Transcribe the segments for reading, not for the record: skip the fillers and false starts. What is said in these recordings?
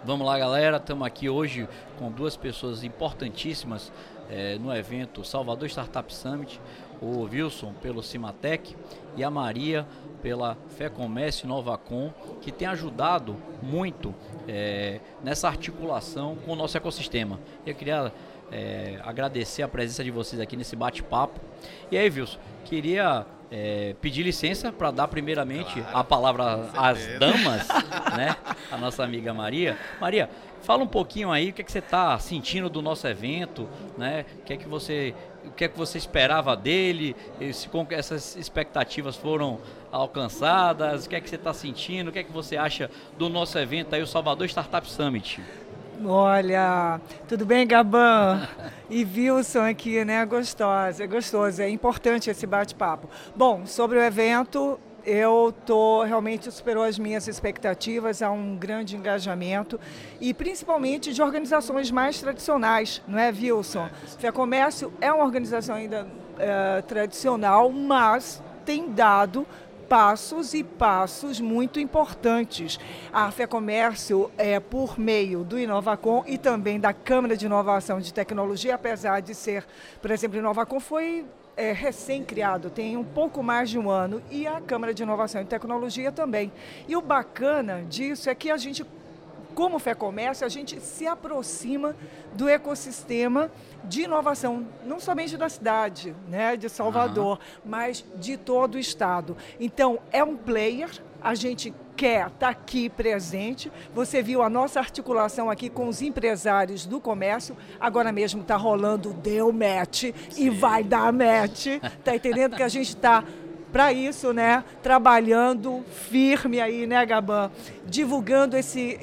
Vamos lá, galera. Estamos aqui hoje com duas pessoas importantíssimas no evento Salvador Startup Summit. O Wilson pelo Cimatec e a Maria pela Fé Comércio Novacom, que tem ajudado muito nessa articulação com o nosso ecossistema. Eu queria agradecer a presença de vocês aqui nesse bate-papo. E aí, Wilson, queria pedir licença para dar primeiramente a palavra às damas, né? A nossa amiga Maria. Maria, fala um pouquinho aí o que você está sentindo do nosso evento, né? O que é que você esperava dele, se essas expectativas foram alcançadas, o que é que você está sentindo, o que é que você acha do nosso evento aí, o Salvador Startup Summit? Olha, tudo bem, Gabão? E Wilson aqui, né? Gostosa, é gostoso, é importante esse bate-papo. Bom, sobre o evento, realmente superou as minhas expectativas, há um grande engajamento e principalmente de organizações mais tradicionais, não é, Wilson? Fé Comércio é uma organização ainda tradicional, mas tem dado passos e passos muito importantes. A Fé Comércio, por meio do Inovacom e também da Câmara de Inovação de Tecnologia, apesar de ser, por exemplo, Inovacom foi recém-criado, tem um pouco mais de um ano, e a Câmara de Inovação e Tecnologia também. E o bacana disso é que a gente, como Fé Comércio, a gente se aproxima do ecossistema de inovação, não somente da cidade, né, de Salvador, mas de todo o estado. Então, é um player, a gente quer estar aqui presente. Você viu a nossa articulação aqui com os empresários do comércio, agora mesmo está rolando, deu match e vai dar match, tá entendendo que a gente está para isso, né, trabalhando firme aí, né, Gabão, divulgando esse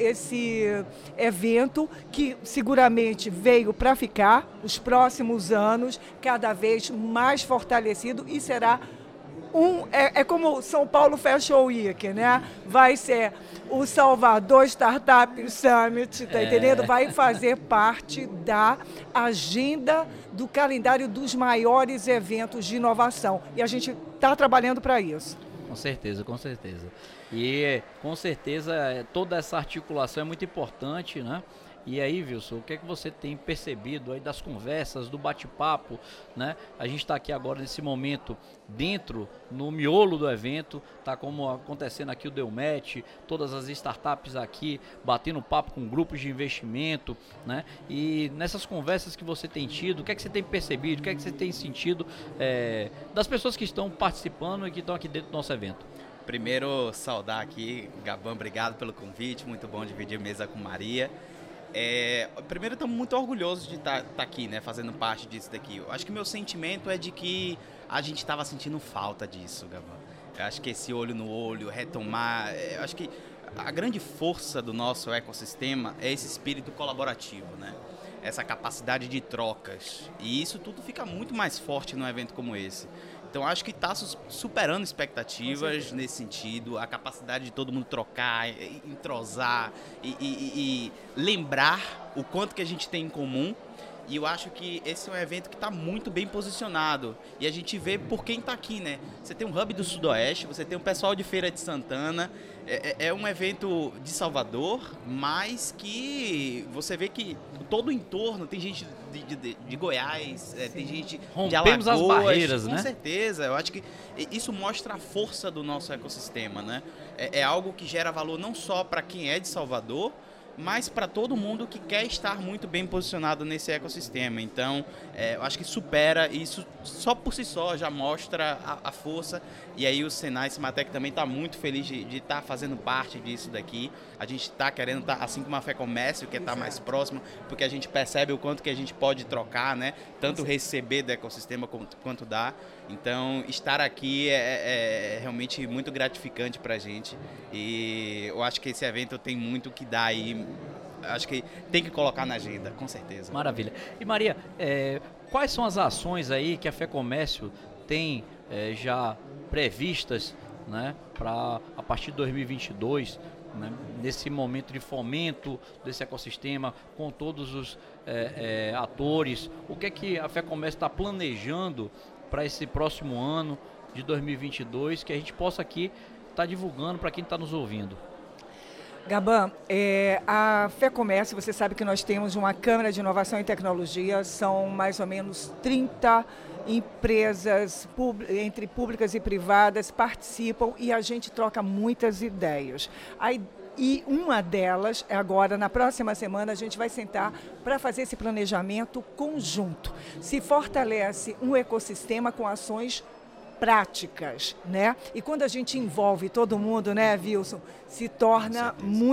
evento que seguramente veio para ficar os próximos anos, cada vez mais fortalecido e será como São Paulo Fashion Week, né? Vai ser o Salvador Startup Summit, tá entendendo? Vai fazer parte da agenda do calendário dos maiores eventos de inovação. E a gente está trabalhando para isso. Com certeza, com certeza. E com certeza toda essa articulação é muito importante, né? E aí, Wilson, o que é que você tem percebido aí das conversas, do bate-papo, né? A gente está aqui agora nesse momento no miolo do evento, tá como acontecendo aqui o Deu Match, todas as startups aqui batendo papo com grupos de investimento, né? E nessas conversas que você tem tido, o que é que você tem percebido, o que é que você tem sentido das pessoas que estão participando e que estão aqui dentro do nosso evento? Primeiro, saudar aqui, Gabão, obrigado pelo convite, muito bom dividir mesa com Maria. Primeiro, estamos muito orgulhosos de estar aqui, né, fazendo parte disso daqui. Eu acho que meu sentimento é de que a gente estava sentindo falta disso, Gabão. Eu acho que esse olho no olho, retomar, eu acho que a grande força do nosso ecossistema é esse espírito colaborativo, né? Essa capacidade de trocas. E isso tudo fica muito mais forte num evento como esse. Então, acho que está superando expectativas nesse sentido, a capacidade de todo mundo trocar, entrosar e lembrar o quanto que a gente tem em comum. E eu acho que esse é um evento que está muito bem posicionado. E a gente vê por quem está aqui, né? Você tem um hub do Sudoeste, você tem um pessoal de Feira de Santana. É um evento de Salvador, mas que você vê que todo o entorno, tem gente de Goiás, tem gente de Alagoas. Rompemos as barreiras, com né? Com certeza. Eu acho que isso mostra a força do nosso ecossistema, né? É algo que gera valor não só para quem é de Salvador, mas para todo mundo que quer estar muito bem posicionado nesse ecossistema. Então, eu acho que supera isso, só por si só já mostra a força. E aí o Senai Cimatec também está muito feliz de estar fazendo parte disso daqui. A gente está querendo estar, assim como a Fé Comércio, que está mais próximo, porque a gente percebe o quanto que a gente pode trocar, né? Tanto receber do ecossistema quanto dar. Então, estar aqui é realmente muito gratificante para a gente. E eu acho que esse evento tem muito que dar aí. Acho que tem que colocar na agenda, com certeza. Maravilha. E Maria, quais são as ações aí que a Fé Comércio tem já previstas, né, para a partir de 2022, né, nesse momento de fomento desse ecossistema com todos os atores? O que é que a Fé Comércio está planejando para esse próximo ano de 2022 que a gente possa aqui estar divulgando para quem está nos ouvindo? Gaban, a FEComércio, você sabe que nós temos uma Câmara de Inovação e Tecnologia, são mais ou menos 30 empresas, entre públicas e privadas, participam e a gente troca muitas ideias. E uma delas, agora, na próxima semana, a gente vai sentar para fazer esse planejamento conjunto. Se fortalece um ecossistema com ações práticas, né? E quando a gente envolve todo mundo, né, Wilson, se torna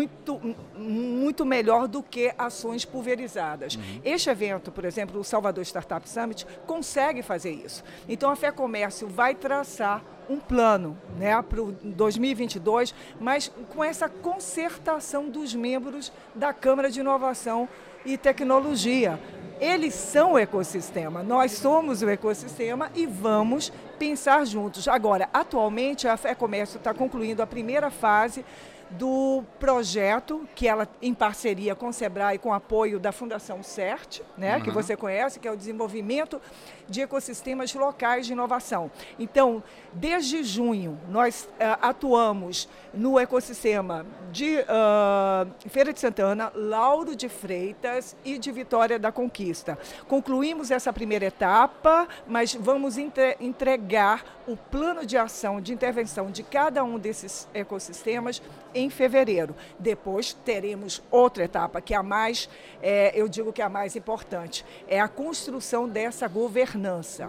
muito melhor do que ações pulverizadas. Este evento, por exemplo, o Salvador Startup Summit, consegue fazer isso. Então, a FEComércio vai traçar um plano, né, para o 2022, mas com essa concertação dos membros da Câmara de Inovação e Tecnologia. Eles são o ecossistema, nós somos o ecossistema e vamos pensar juntos. Agora, atualmente, a FEComércio está concluindo a primeira fase do projeto, que ela em parceria com o Sebrae, com apoio da Fundação CERT, né, que você conhece, que é o desenvolvimento de ecossistemas locais de inovação. Então, desde junho, nós atuamos no ecossistema de Feira de Santana, Lauro de Freitas e de Vitória da Conquista. Concluímos essa primeira etapa, mas vamos entregar o plano de ação, de intervenção de cada um desses ecossistemas em fevereiro. Depois teremos outra etapa, que é a mais, eu digo que é a mais importante, é a construção dessa governança.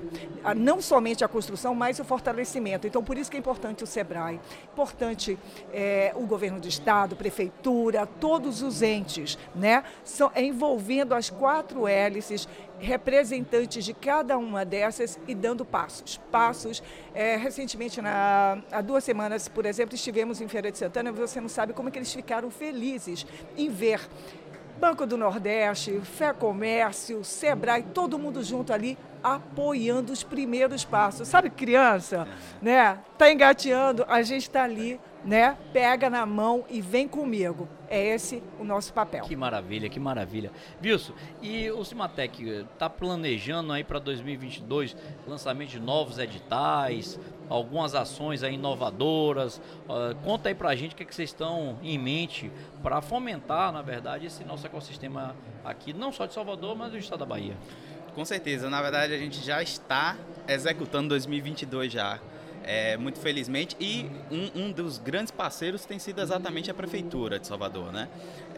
Não somente a construção, mas o fortalecimento. Então, por isso que é importante o Sebrae, importante o governo do estado, prefeitura, todos os entes, né? Envolvendo as 4 hélices, representantes de cada uma dessas e dando passos. Recentemente, há 2 semanas, por exemplo, estivemos em Feira de Santana e você não sabe como é que eles ficaram felizes em ver Banco do Nordeste, FEComércio, Sebrae, todo mundo junto ali, apoiando os primeiros passos. Sabe, criança, né? Tá engateando, a gente está ali, né? Pega na mão e vem comigo. É esse o nosso papel. Que maravilha, que maravilha. Wilson, e o Cimatec está planejando aí para 2022 lançamento de novos editais, algumas ações aí inovadoras. Conta aí para a gente o que vocês estão em mente para fomentar, na verdade, esse nosso ecossistema aqui, não só de Salvador, mas do estado da Bahia. Com certeza, na verdade a gente já está executando 2022 já. Muito felizmente, e um dos grandes parceiros tem sido exatamente a Prefeitura de Salvador, né?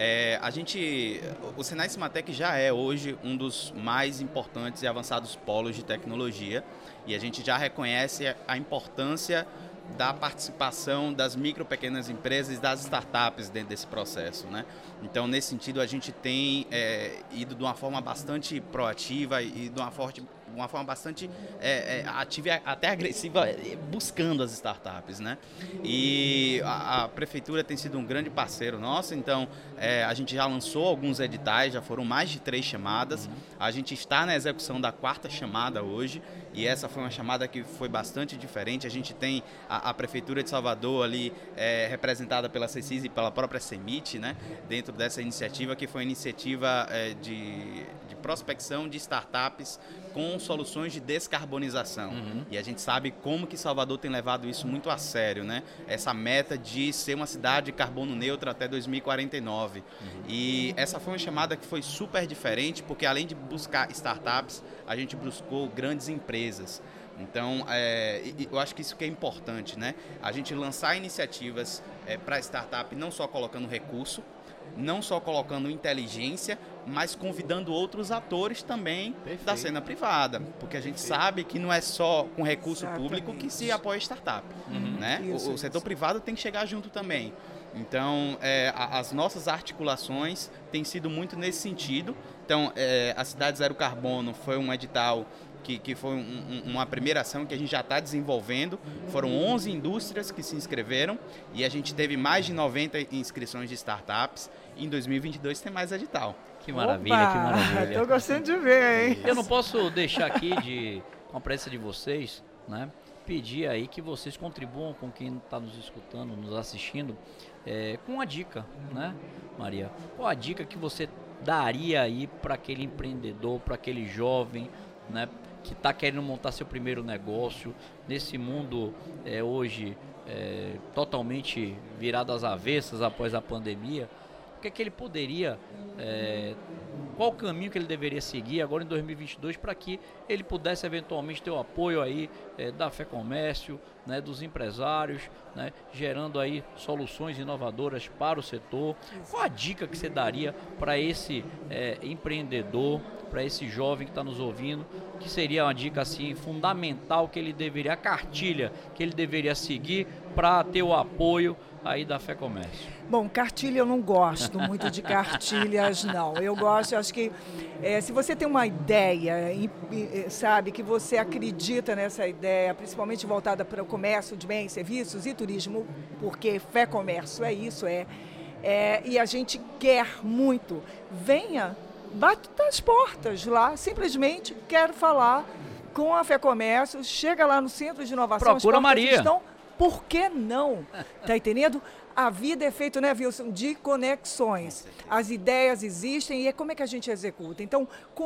O Senai Cimatec já é hoje um dos mais importantes e avançados polos de tecnologia, e a gente já reconhece a importância da participação das micro, pequenas empresas e das startups dentro desse processo, né? Então, nesse sentido, a gente tem ido de uma forma bastante proativa e de uma forma bastante ativa e até agressiva, buscando as startups, né? E a Prefeitura tem sido um grande parceiro nosso, então a gente já lançou alguns editais, já foram mais de 3 chamadas, a gente está na execução da 4ª chamada hoje, e essa foi uma chamada que foi bastante diferente. A gente tem a Prefeitura de Salvador ali representada pela CECIS e pela própria CEMIT, né? Dentro dessa iniciativa, que foi a iniciativa de prospecção de startups com soluções de descarbonização. E a gente sabe como que Salvador tem levado isso muito a sério, né? Essa meta de ser uma cidade carbono neutra até 2049. E essa foi uma chamada que foi super diferente, porque além de buscar startups, a gente buscou grandes empresas. Então, eu acho que isso que é importante, né? A gente lançar iniciativas para startup, não só colocando recurso, não só colocando inteligência, mas convidando outros atores também da cena privada, porque a gente sabe que não é só com recurso público que se apoia startup, né? O setor privado tem que chegar junto também. Então, as nossas articulações têm sido muito nesse sentido. Então, a Cidade Zero Carbono foi um edital que foi uma primeira ação que a gente já está desenvolvendo. Foram 11 indústrias que se inscreveram e a gente teve mais de 90 inscrições de startups. Em 2022 tem mais edital. Que maravilha, que maravilha. Estou gostando de ver, hein? Eu não posso deixar aqui, com a presença de vocês, né, pedir aí que vocês contribuam com quem está nos escutando, nos assistindo, com uma dica, né, Maria? Qual a dica que você daria aí para aquele empreendedor, para aquele jovem, né, que está querendo montar seu primeiro negócio nesse mundo hoje totalmente virado às avessas após a pandemia, o que é que ele poderia, qual o caminho que ele deveria seguir agora em 2022 para que ele pudesse eventualmente ter o apoio aí da FEComércio, né, dos empresários, né, gerando aí soluções inovadoras para o setor. Qual a dica que você daria para esse empreendedor, para esse jovem que está nos ouvindo, que seria uma dica assim fundamental que ele deveria, a cartilha que ele deveria seguir para ter o apoio aí da FEComércio? Bom, cartilha eu não gosto muito de cartilhas, não. Eu acho que se você tem uma ideia, sabe, que você acredita nessa ideia, principalmente voltada para o comércio de bens, serviços e turismo, porque FEComércio é isso, e a gente quer muito, venha, bate as portas lá, simplesmente quero falar com a FEComércio, chega lá no Centro de Inovação. Procura a Maria. Estão, por que não? Tá entendendo? A vida é feita, né, Wilson, de conexões. As ideias existem e como é que a gente executa. Então,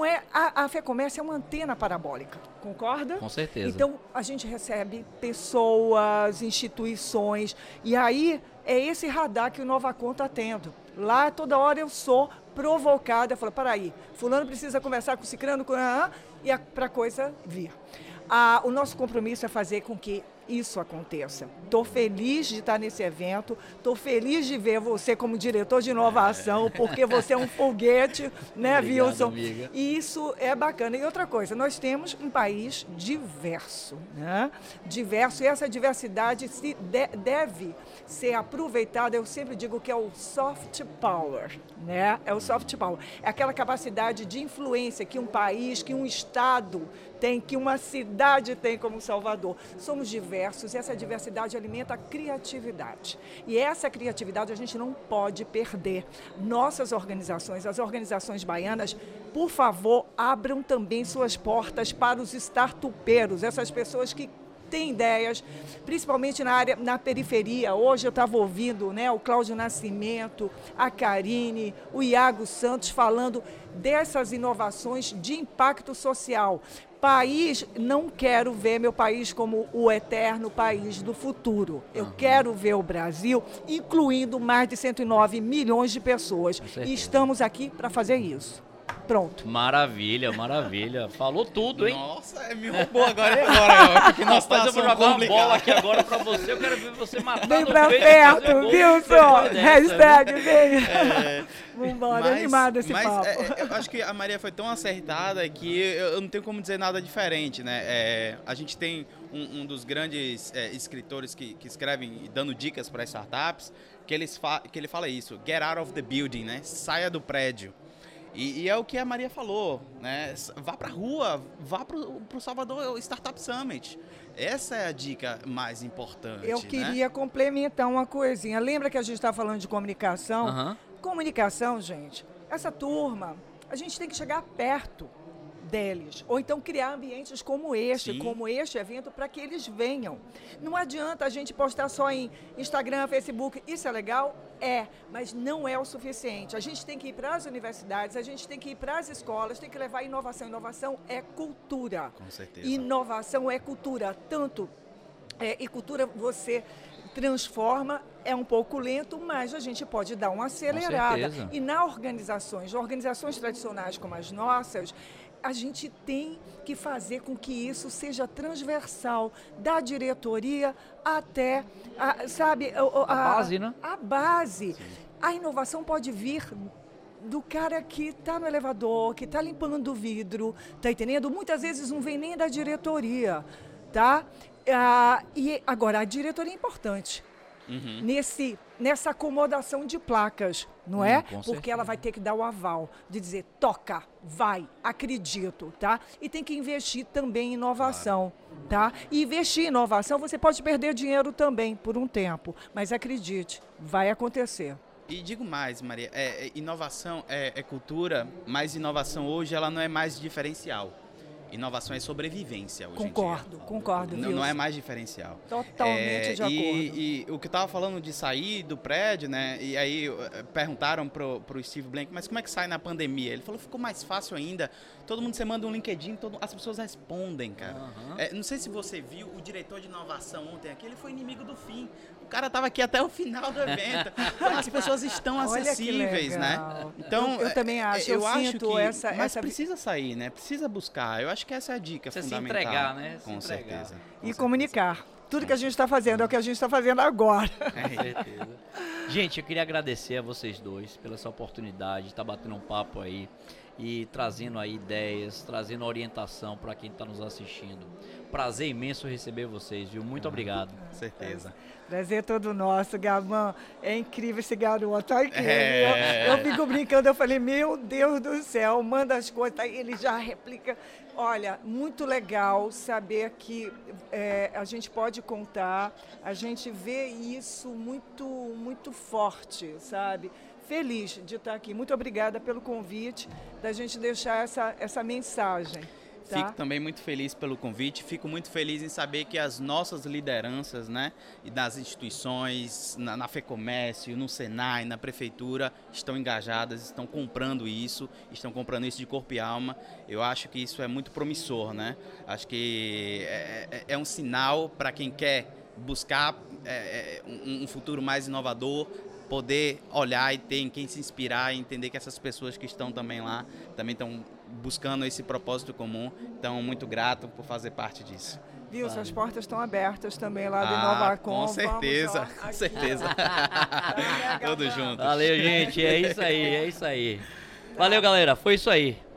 a FEComércio é uma antena parabólica, concorda? Com certeza. Então, a gente recebe pessoas, instituições, e aí é esse radar que o Novacom está tendo. Lá, toda hora eu sou provocada, eu falo, peraí, fulano precisa conversar com o ciclano, e para a coisa vir. O nosso compromisso é fazer com que isso aconteça. Estou feliz de estar nesse evento, estou feliz de ver você como diretor de inovação, porque você é um foguete, né, Obrigado, Wilson? amiga. E isso é bacana. E outra coisa, nós temos um país diverso, né? Diverso, e essa diversidade deve ser aproveitada, eu sempre digo que é o soft power, né? É o soft power. É aquela capacidade de influência que um país, que um estado tem, que uma cidade tem como Salvador. Somos diversos e essa diversidade alimenta a criatividade. E essa criatividade a gente não pode perder. Nossas organizações, as organizações baianas, por favor, abram também suas portas para os startupeiros, essas pessoas que têm ideias, principalmente na periferia. Hoje eu estava ouvindo, né, o Cláudio Nascimento, a Karine, o Iago Santos falando dessas inovações de impacto social. Não quero ver meu país como o eterno país do futuro. Eu quero ver o Brasil incluindo mais de 109 milhões de pessoas. E estamos aqui para fazer isso. Pronto. Maravilha, maravilha. Falou tudo, hein? Nossa, me roubou agora. Porque nós Mas eu vou jogar uma bola aqui agora pra você. Eu quero ver você matar. Vem pra perto, Wilson. Hashtag vem. Vambora, animado esse papo. Eu acho que a Maria foi tão acertada que eu não tenho como dizer nada diferente, né? A gente tem um dos grandes escritores que escrevem dando dicas para startups, que ele fala isso, get out of the building, né? Saia do prédio. E é o que a Maria falou, né? Vá para a rua, vá para o Salvador Startup Summit. Essa é a dica mais importante. Eu queria complementar uma coisinha. Lembra que a gente estava falando de comunicação? Uhum. Comunicação, gente, essa turma, a gente tem que chegar perto deles, ou então criar ambientes como este evento, para que eles venham. Não adianta a gente postar só em Instagram, Facebook, isso é legal? Mas não é o suficiente. A gente tem que ir para as universidades, a gente tem que ir para as escolas, tem que levar inovação. Inovação é cultura. Com certeza. Inovação é cultura, e cultura você transforma, é um pouco lento, mas a gente pode dar uma acelerada. E organizações tradicionais como as nossas, a gente tem que fazer com que isso seja transversal, da diretoria até, a base, né? A base. Sim. A inovação pode vir do cara que está no elevador, que está limpando o vidro, tá entendendo? Muitas vezes não vem nem da diretoria, tá? E agora, a diretoria é importante. Uhum. Nessa acomodação de placas, não é? Porque certeza. Ela vai ter que dar o aval de dizer, toca, vai, acredito, tá? E tem que investir também em inovação, tá? E investir em inovação, você pode perder dinheiro também por um tempo, mas acredite, vai acontecer. E digo mais, Maria, inovação é cultura, mas inovação hoje ela não é mais diferencial. Inovação é sobrevivência hoje em dia. Concordo, Não, Wilson. não é mais diferencial. Totalmente de acordo. E o que eu tava falando de sair do prédio, né? E aí perguntaram pro Steve Blank, mas como é que sai na pandemia? Ele falou, ficou mais fácil ainda. Todo mundo, você manda um LinkedIn, as pessoas respondem, cara. Não sei se você viu o diretor de inovação ontem aqui, ele foi inimigo do fim. O cara tava aqui até o final do evento. Então as pessoas estão acessíveis, né? Então, eu também acho. Eu acho sinto que, mas precisa sair, né? Precisa buscar. Eu acho que essa é a dica fundamental. Se entregar, né? Com certeza. E comunicar. Tudo que a gente está fazendo é o que a gente está fazendo agora. Com certeza. Gente, eu queria agradecer a vocês dois pela essa oportunidade de estar batendo um papo aí e trazendo aí ideias, trazendo orientação para quem está nos assistindo. Prazer imenso receber vocês, viu? Muito obrigado. Com certeza. Prazer todo nosso, Gabão. É incrível esse garoto. Olha aqui. Eu fico brincando, eu falei, meu Deus do céu, manda as coisas, aí ele já replica. Olha, muito legal saber que a gente pode contar, a gente vê isso muito forte, sabe? Feliz de estar aqui. Muito obrigada pelo convite, da gente deixar essa mensagem. Tá? Fico também muito feliz pelo convite, fico muito feliz em saber que as nossas lideranças, né, e das instituições, na FEComércio, no Senai, na Prefeitura, estão engajadas, estão comprando isso de corpo e alma. Eu acho que isso é muito promissor, né? Acho que é um sinal para quem quer buscar um futuro mais inovador, poder olhar e ter em quem se inspirar e entender que essas pessoas que estão também lá, também estão buscando esse propósito comum. Então, muito grato por fazer parte disso. Wilson, as portas estão abertas também lá do Inovacom. Com certeza, com certeza. Tudo junto. Valeu, gente. É isso aí. Valeu, galera. Foi isso aí.